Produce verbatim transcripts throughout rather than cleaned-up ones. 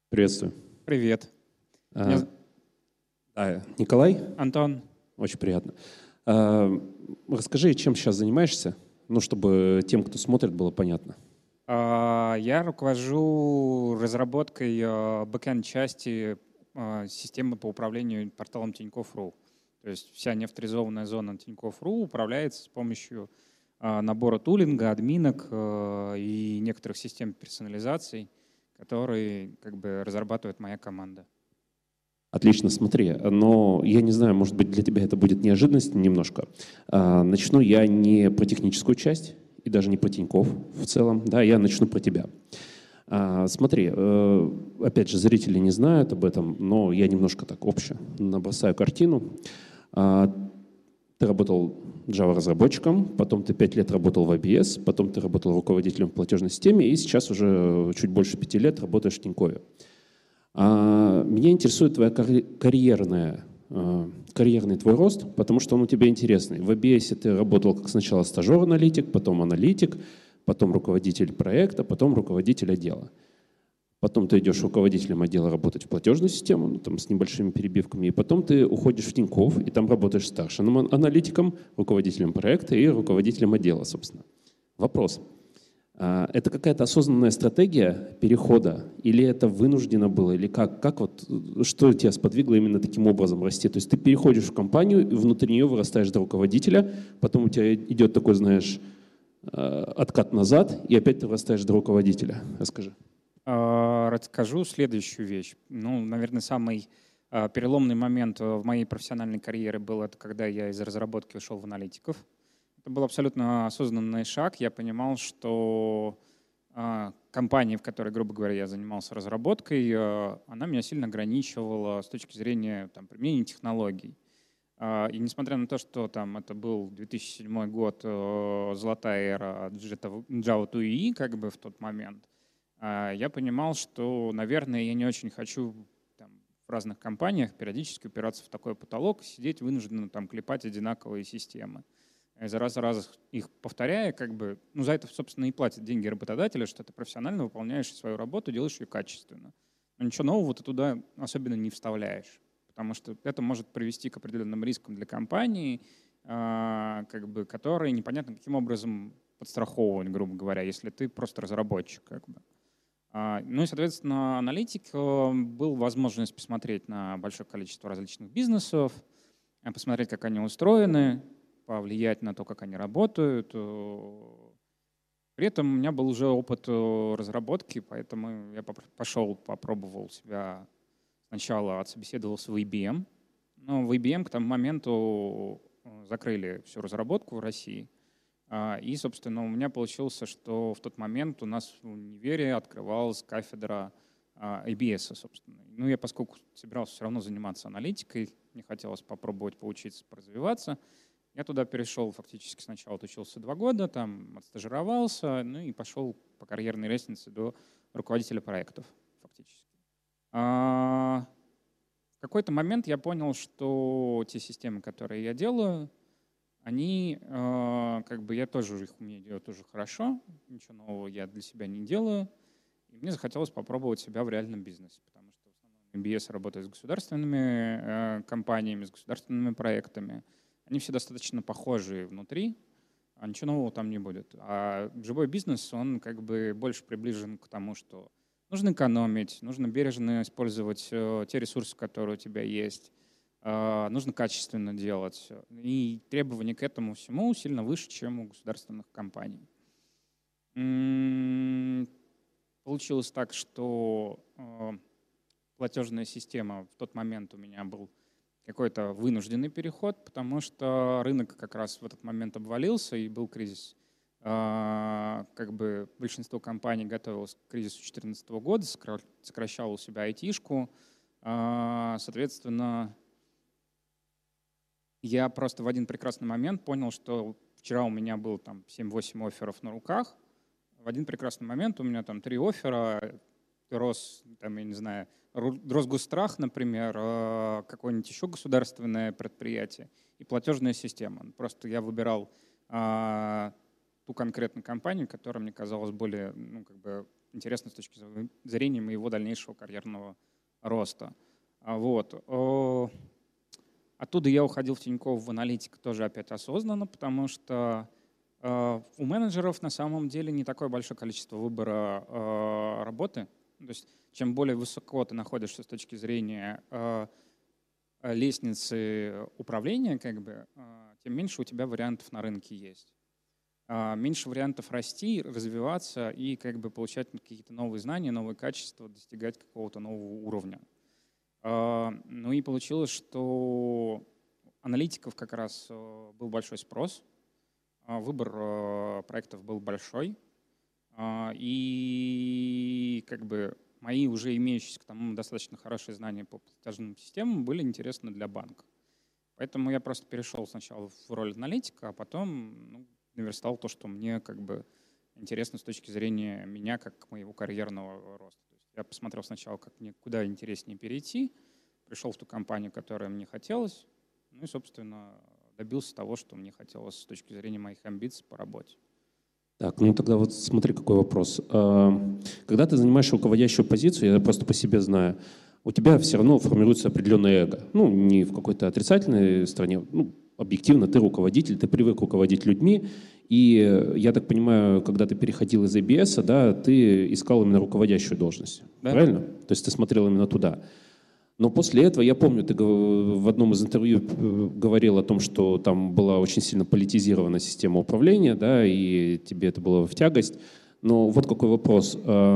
Приветствую. Привет. А, Меня з- а, Николай, Антон. очень приятно. А, Расскажи, чем сейчас занимаешься, ну, чтобы тем, кто смотрит, было понятно. А, Я руковожу разработкой а, бэкэнд-части а, системы по управлению порталом Тинькофф.ру. То есть вся неавторизованная зона Тинькофф.ру управляется с помощью а, набора тулинга, админок а, и некоторых систем персонализации, которые как бы разрабатывает моя команда. Отлично, смотри, но я не знаю, может быть, для тебя это будет неожиданность немножко. А, Начну я не про техническую часть и даже не про Тинькофф в целом, да, я начну про тебя. А, Смотри, э, опять же, зрители не знают об этом, но я немножко так обще набросаю картину. А, Ты работал Java-разработчиком, потом ты пять лет работал в эй би эс, потом ты работал руководителем в платежной системе, и сейчас уже чуть больше пяти лет работаешь в Тинькове. А меня интересует твоя карьерная, а, карьерный твой рост, потому что он у тебя интересный. В эй би эс ты работал как сначала стажер-аналитик, потом аналитик, потом руководитель проекта, потом руководитель отдела. Потом ты идешь руководителем отдела работать в платежную систему, ну, там, с небольшими перебивками, и потом ты уходишь в Тинькофф, и там работаешь старшим аналитиком, руководителем проекта и руководителем отдела, собственно. Вопрос. А это какая-то осознанная стратегия перехода, или это вынуждено было, или как? Как вот, что тебя сподвигло именно таким образом расти? То есть ты переходишь в компанию, и внутри нее вырастаешь до руководителя, потом у тебя идет такой, знаешь, откат назад, и опять ты вырастаешь до руководителя. Расскажи. А, Расскажу следующую вещь. Ну, наверное, самый а, переломный момент в моей профессиональной карьере был это, когда я из разработки ушел в аналитиков. Это был абсолютно осознанный шаг. Я понимал, что а, компания, в которой, грубо говоря, я занимался разработкой, а, она меня сильно ограничивала с точки зрения там, применения технологий. А, И несмотря на то, что там это был две тысячи седьмой год, э, золотая эра Java два и и, как бы в тот момент, а, я понимал, что, наверное, я не очень хочу там, в разных компаниях периодически упираться в такой потолок, сидеть вынужденно там клепать одинаковые системы. Из раза в раз их повторяя, как бы, ну, за это, собственно, и платят деньги работодателя, что ты профессионально выполняешь свою работу, делаешь ее качественно. Но ничего нового ты туда особенно не вставляешь, потому что это может привести к определенным рискам для компании, а, как бы, которые непонятно каким образом подстраховывать, грубо говоря, если ты просто разработчик. Как бы. А, Ну и, соответственно, аналитик э, был возможность посмотреть на большое количество различных бизнесов, э, посмотреть, как они устроены, повлиять на то, как они работают. э. При этом у меня был уже опыт э, разработки, поэтому я поп- пошел, попробовал себя. Сначала отсобеседовался в ай би эм, но в ай би эм к тому моменту э, закрыли всю разработку в России. А, И, собственно, у меня получилось, что в тот момент у нас в универе открывалась кафедра а, эй би эс, собственно. Ну, я, поскольку собирался все равно заниматься аналитикой, мне хотелось попробовать поучиться, поразвиваться, я туда перешел фактически сначала, отучился два года, там отстажировался, ну и пошел по карьерной лестнице до руководителя проектов фактически. А, В какой-то момент я понял, что те системы, которые я делаю, они, э, как бы, я тоже их умею делать тоже хорошо, ничего нового я для себя не делаю. И мне захотелось попробовать себя в реальном бизнесе, потому что в основном эм би эс работает с государственными э, компаниями, с государственными проектами. Они все достаточно похожие внутри, а ничего нового там не будет. А живой бизнес, он как бы больше приближен к тому, что нужно экономить, нужно бережно использовать э, те ресурсы, которые у тебя есть, э, нужно качественно делать. И требования к этому всему сильно выше, чем у государственных компаний. М, Получилось так, что э, платежная система в тот момент у меня был какой-то вынужденный переход, потому что рынок как раз в этот момент обвалился и был кризис. А, Как бы большинство компаний готовилось к кризису две тысячи четырнадцатого года, скра- сокращало у себя айтишку. А, Соответственно, я просто в один прекрасный момент понял, что вчера у меня было там семь-восемь офферов на руках. В один прекрасный момент у меня там три оффера, Рос, там, я не знаю, Ру- Росгосстрах, например, э, какое-нибудь еще государственное предприятие и платежная система. Просто я выбирал а, ту конкретную компанию, которая мне казалась более, ну, как бы интересно с точки зрения моего дальнейшего карьерного роста. Вот. Оттуда я уходил в Тинькофф в аналитику тоже опять осознанно, потому что у менеджеров на самом деле не такое большое количество выбора работы. То есть чем более высоко ты находишься с точки зрения лестницы управления, как бы, тем меньше у тебя вариантов на рынке есть. Меньше вариантов расти, развиваться и как бы получать какие-то новые знания, новые качества, достигать какого-то нового уровня. Ну и получилось, что аналитиков как раз был большой спрос, выбор проектов был большой, и как бы мои уже имеющиеся к тому достаточно хорошие знания по платежным системам были интересны для банка. Поэтому я просто перешел сначала в роль аналитика, а потом ну, наверстал то, что мне как бы интересно с точки зрения меня, как моего карьерного роста. То есть я посмотрел сначала, как мне куда интереснее перейти, пришел в ту компанию, которая мне хотелось, ну и, собственно, добился того, что мне хотелось с точки зрения моих амбиций по работе. Так, ну тогда вот смотри, какой вопрос. Когда ты занимаешь руководящую позицию, я просто по себе знаю, у тебя все равно формируется определенное эго. Ну, не в какой-то отрицательной стороне, ну, объективно ты руководитель, ты привык руководить людьми, и я так понимаю, когда ты переходил из эй би эс, да, ты искал именно руководящую должность, да. Правильно? То есть ты смотрел именно туда. Но после этого, я помню, ты в одном из интервью говорил о том, что там была очень сильно политизирована система управления, да, и тебе это было в тягость. Но вот какой вопрос.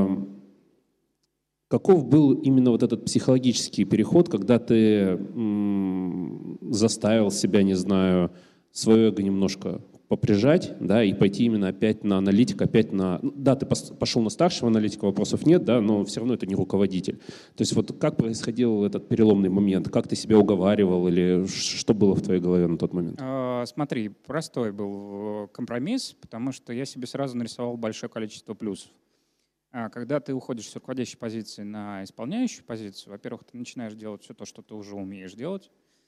Каков был именно вот этот психологический переход, когда ты заставил себя, не знаю, свое эго немножко поприжать, да, и пойти именно опять на аналитик, опять на... Да, ты пошел на старшего аналитика, вопросов нет, да, но все равно это не руководитель. То есть вот как происходил этот переломный момент? Как ты себя уговаривал или что было в твоей голове на тот момент? Смотри, простой был компромисс, потому что я себе сразу нарисовал большое количество плюсов. Когда ты уходишь с руководящей позиции на исполняющую позицию, во-первых, ты начинаешь делать все то, что ты уже умеешь делать.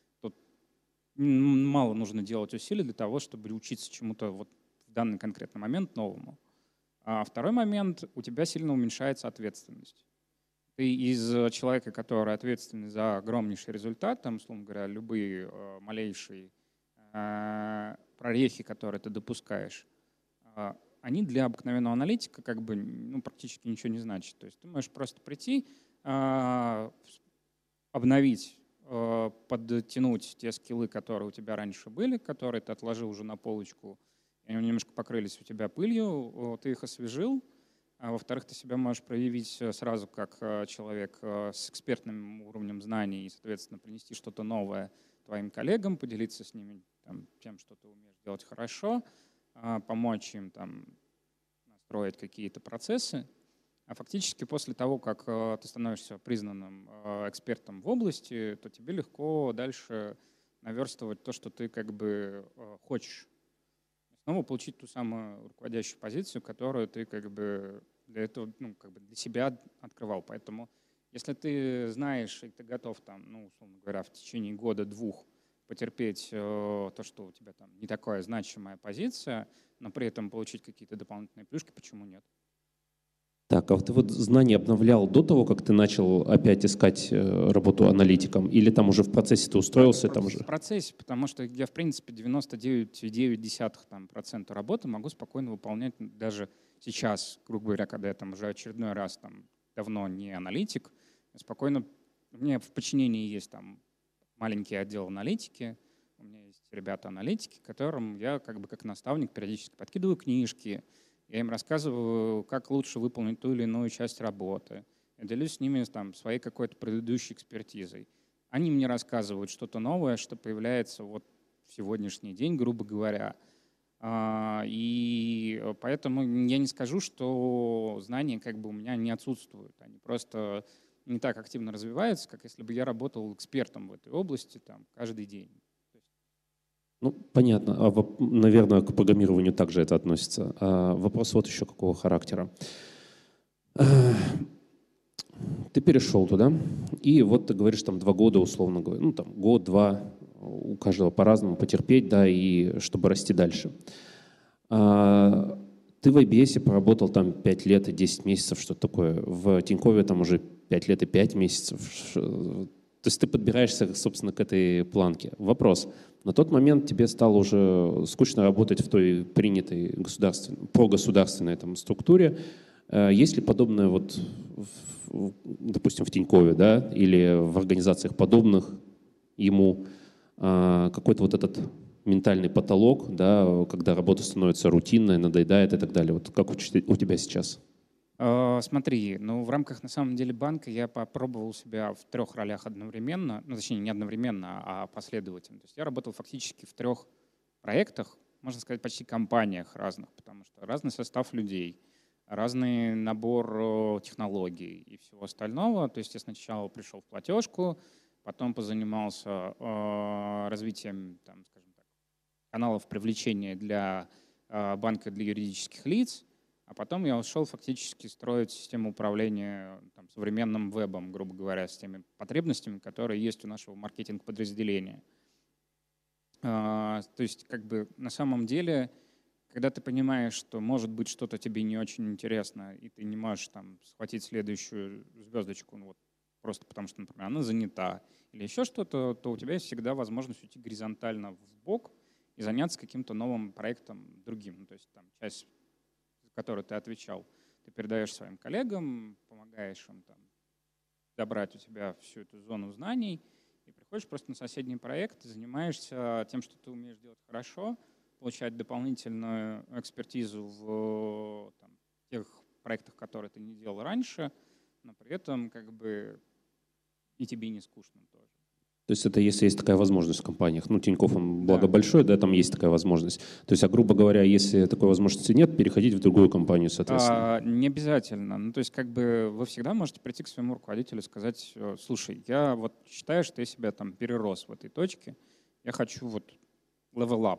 Мало нужно делать усилий для того, чтобы учиться чему-то вот в данный конкретный момент новому. А второй момент, у тебя сильно уменьшается ответственность. Ты из человека, который ответственный за огромнейший результат, там, условно говоря, любые э, малейшие э, прорехи, которые ты допускаешь, э, они для обыкновенного аналитика как бы ну, практически ничего не значат. То есть ты можешь просто прийти, э, обновить, подтянуть те скиллы, которые у тебя раньше были, которые ты отложил уже на полочку, и они немножко покрылись у тебя пылью, ты их освежил. А во-вторых, ты себя можешь проявить сразу как человек с экспертным уровнем знаний и, соответственно, принести что-то новое твоим коллегам, поделиться с ними там, тем, что ты умеешь делать хорошо, помочь им там, настроить какие-то процессы. А фактически после того, как э, ты становишься признанным э, экспертом в области, то тебе легко дальше наверстывать то, что ты как бы э, хочешь. Снова получить ту самую руководящую позицию, которую ты как бы для этого, ну, как бы для себя открывал. Поэтому если ты знаешь и ты готов там, ну, условно говоря, в течение года-двух потерпеть э, то, что у тебя там не такая значимая позиция, но при этом получить какие-то дополнительные плюшки, почему нет? Так, а вот ты вот знания обновлял до того, как ты начал опять искать работу аналитиком? Или там уже в процессе ты устроился? В, там уже? в процессе, потому что я, в принципе, девяносто девять целых девять десятых процента работы могу спокойно выполнять даже сейчас, грубо говоря, когда я там уже очередной раз там давно не аналитик, спокойно, у меня в подчинении есть там маленький отдел аналитики, у меня есть ребята-аналитики, которым я как бы как наставник периодически подкидываю книжки, я им рассказываю, как лучше выполнить ту или иную часть работы. Я делюсь с ними там, своей какой-то предыдущей экспертизой. Они мне рассказывают что-то новое, что появляется вот в сегодняшний день, грубо говоря. И поэтому я не скажу, что знания как бы у меня не отсутствуют. Они просто не так активно развиваются, как если бы я работал экспертом в этой области там, каждый день. Ну, понятно. А, наверное, к программированию также это относится. А вопрос вот еще какого характера. Ты перешел туда, и вот ты говоришь, там, два года, условно говоря, ну, там, год-два, у каждого по-разному потерпеть, да, и чтобы расти дальше. А ты в ай би эс поработал там пять лет и десять месяцев, что-то такое. В Тинькове там уже пять лет и пять месяцев. То есть ты подбираешься, собственно, к этой планке. Вопрос. На тот момент тебе стало уже скучно работать в той принятой государственной, прогосударственной там, структуре. Есть ли подобное, вот, в, допустим, в Тинькове, да, или в организациях подобных ему, какой-то вот этот ментальный потолок, да, когда работа становится рутинной, надоедает и так далее? Вот как у тебя сейчас? Смотри, ну в рамках на самом деле банка я попробовал себя в трех ролях одновременно, ну точнее не одновременно, а последовательно. То есть я работал фактически в трех проектах, можно сказать, почти компаниях разных, потому что разный состав людей, разный набор технологий и всего остального. То есть я сначала пришел в платежку, потом позанимался э, развитием, там, скажем так, каналов привлечения для э, банка для юридических лиц, а потом я ушел фактически строить систему управления там, современным вебом, грубо говоря, с теми потребностями, которые есть у нашего маркетинг-подразделения. Э, то есть как бы на самом деле, когда ты понимаешь, что может быть что-то тебе не очень интересно, и ты не можешь там схватить следующую звездочку, ну, вот, просто потому что, например, она занята или еще что-то, то у тебя есть всегда возможность уйти горизонтально в бок и заняться каким-то новым проектом другим. Ну, то есть там часть, за которую ты отвечал, ты передаешь своим коллегам, помогаешь им там добрать у тебя всю эту зону знаний и приходишь просто на соседний проект и занимаешься тем, что ты умеешь делать хорошо, получать дополнительную экспертизу в там, тех проектах, которые ты не делал раньше, но при этом как бы и тебе не скучно тоже. То есть это если есть такая возможность в компаниях. Ну, Тинькофф, он, благо, Да. большой, да, там есть такая возможность. То есть, а грубо говоря, если такой возможности нет, переходить в другую компанию, соответственно. А, не обязательно. Ну, то есть как бы вы всегда можете прийти к своему руководителю и сказать: слушай, я вот считаю, что я себя там перерос в этой точке, я хочу вот level up.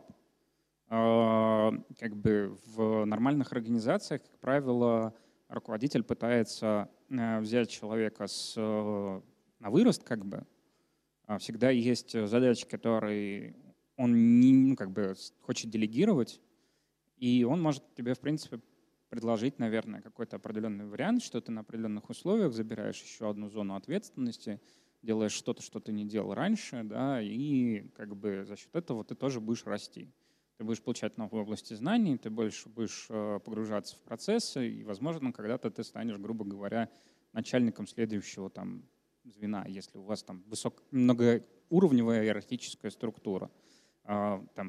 А, как бы в нормальных организациях, как правило, руководитель пытается взять человека с, на вырост, как бы. Всегда есть задачи, которые он не, ну, как бы хочет делегировать, и он может тебе, в принципе, предложить, наверное, какой-то определенный вариант, что ты на определенных условиях забираешь еще одну зону ответственности, делаешь что-то, что ты не делал раньше, да, и как бы за счет этого ты тоже будешь расти. Ты будешь получать новые области знаний, ты больше будешь погружаться в процессы, и, возможно, когда-то ты станешь, грубо говоря, начальником следующего там звена, если у вас там высок, многоуровневая иерархическая структура. Там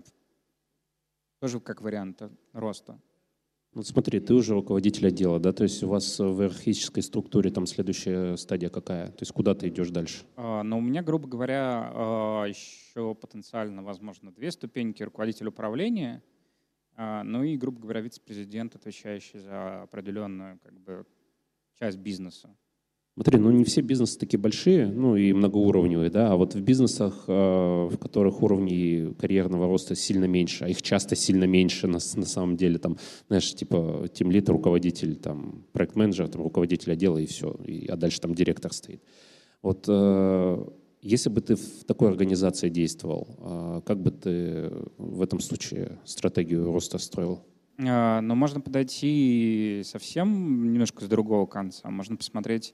тоже как вариант роста. Вот смотри, ты уже руководитель отдела, да? То есть у вас в иерархической структуре там следующая стадия какая? То есть куда ты идешь дальше? Но у меня, грубо говоря, еще потенциально, возможно, две ступеньки: руководитель управления, ну и, грубо говоря, вице-президент, отвечающий за определенную как бы часть бизнеса. Смотри, ну не все бизнесы такие большие, ну и многоуровневые, да, а вот в бизнесах, в которых уровни карьерного роста сильно меньше, а их часто сильно меньше на, на самом деле, там, знаешь, типа тимлид, руководитель, там, проект-менеджер, там, руководитель отдела и все, и, а дальше там директор стоит. Вот если бы ты в такой организации действовал, как бы ты в этом случае стратегию роста строил? Но можно подойти совсем немножко с другого конца, можно посмотреть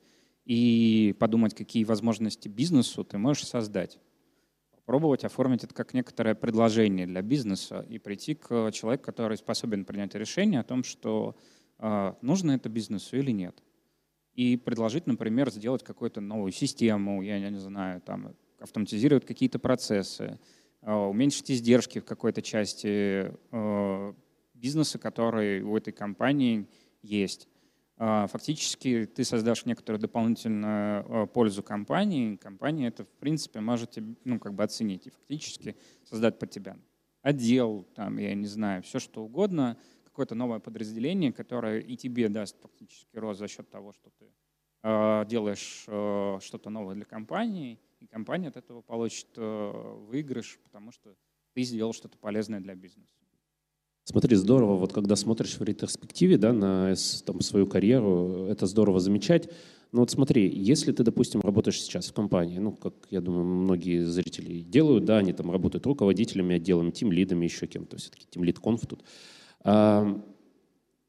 и подумать, какие возможности бизнесу ты можешь создать. Попробовать оформить это как некоторое предложение для бизнеса и прийти к человеку, который способен принять решение о том, что э, нужно это бизнесу или нет. И предложить, например, сделать какую-то новую систему, я не знаю, там, автоматизировать какие-то процессы, э, уменьшить издержки в какой-то части э, бизнеса, который у этой компании есть. Фактически ты создашь некоторую дополнительную пользу компании, компания это, в принципе, может ну, как бы оценить и фактически создать под тебя отдел, там, я не знаю, все что угодно, какое-то новое подразделение, которое и тебе даст фактически рост за счет того, что ты э, делаешь э, что-то новое для компании, и компания от этого получит э, выигрыш, потому что ты сделал что-то полезное для бизнеса. Смотри, здорово, вот когда смотришь в ретроспективе, да, на там, свою карьеру, это здорово замечать. Но вот смотри, если ты, допустим, работаешь сейчас в компании, ну, как, я думаю, многие зрители делают, да, они там работают руководителями отделами, тимлидами, еще кем-то, все-таки тимлид-конф тут. А,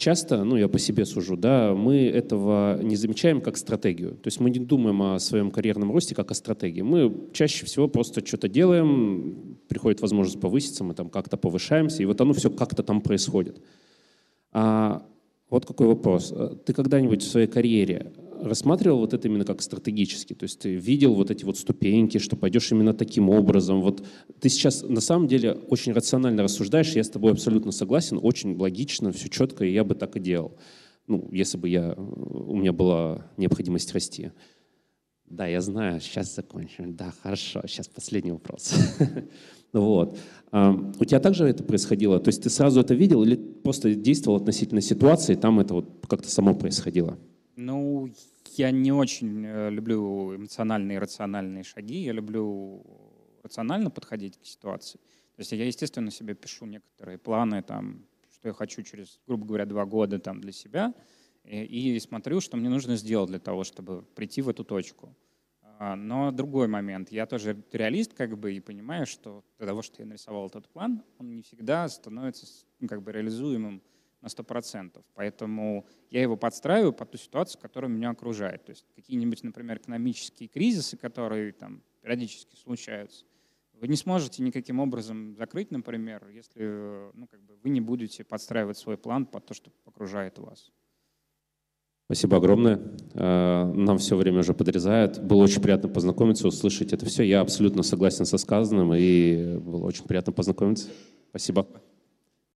часто, ну я по себе сужу, да, мы этого не замечаем как стратегию. То есть мы не думаем о своем карьерном росте как о стратегии. Мы чаще всего просто что-то делаем, приходит возможность повыситься, мы там как-то повышаемся, и вот оно все как-то там происходит. А вот какой вопрос. Ты когда-нибудь в своей карьере рассматривал вот это именно как стратегически? То есть ты видел вот эти вот ступеньки, что пойдешь именно таким образом? Вот ты сейчас на самом деле очень рационально рассуждаешь, я с тобой абсолютно согласен, очень логично, все четко, и я бы так и делал. Ну, если бы я, у меня была необходимость расти. Да, я знаю, сейчас закончим. Да, хорошо, сейчас последний вопрос. Вот. У тебя также это происходило? То есть ты сразу это видел или просто действовал относительно ситуации, там это вот как-то само происходило? Ну, я не очень люблю эмоциональные и рациональные шаги. Я люблю рационально подходить к ситуации. То есть я, естественно, себе пишу некоторые планы, там, что я хочу через, грубо говоря, два года там, для себя, и, и смотрю, что мне нужно сделать для того, чтобы прийти в эту точку. Но другой момент. Я тоже реалист, как бы, и понимаю, что для того, что я нарисовал этот план, он не всегда становится, ну, как бы, реализуемым на сто процентов. Поэтому я его подстраиваю под ту ситуацию, которая меня окружает. То есть какие-нибудь, например, экономические кризисы, которые там периодически случаются, вы не сможете никаким образом закрыть, например, если, ну, как бы, вы не будете подстраивать свой план под то, что окружает вас. Спасибо огромное. Нам все время уже подрезают. Было очень приятно познакомиться, услышать это все. Я абсолютно согласен со сказанным, и было очень приятно познакомиться. Спасибо.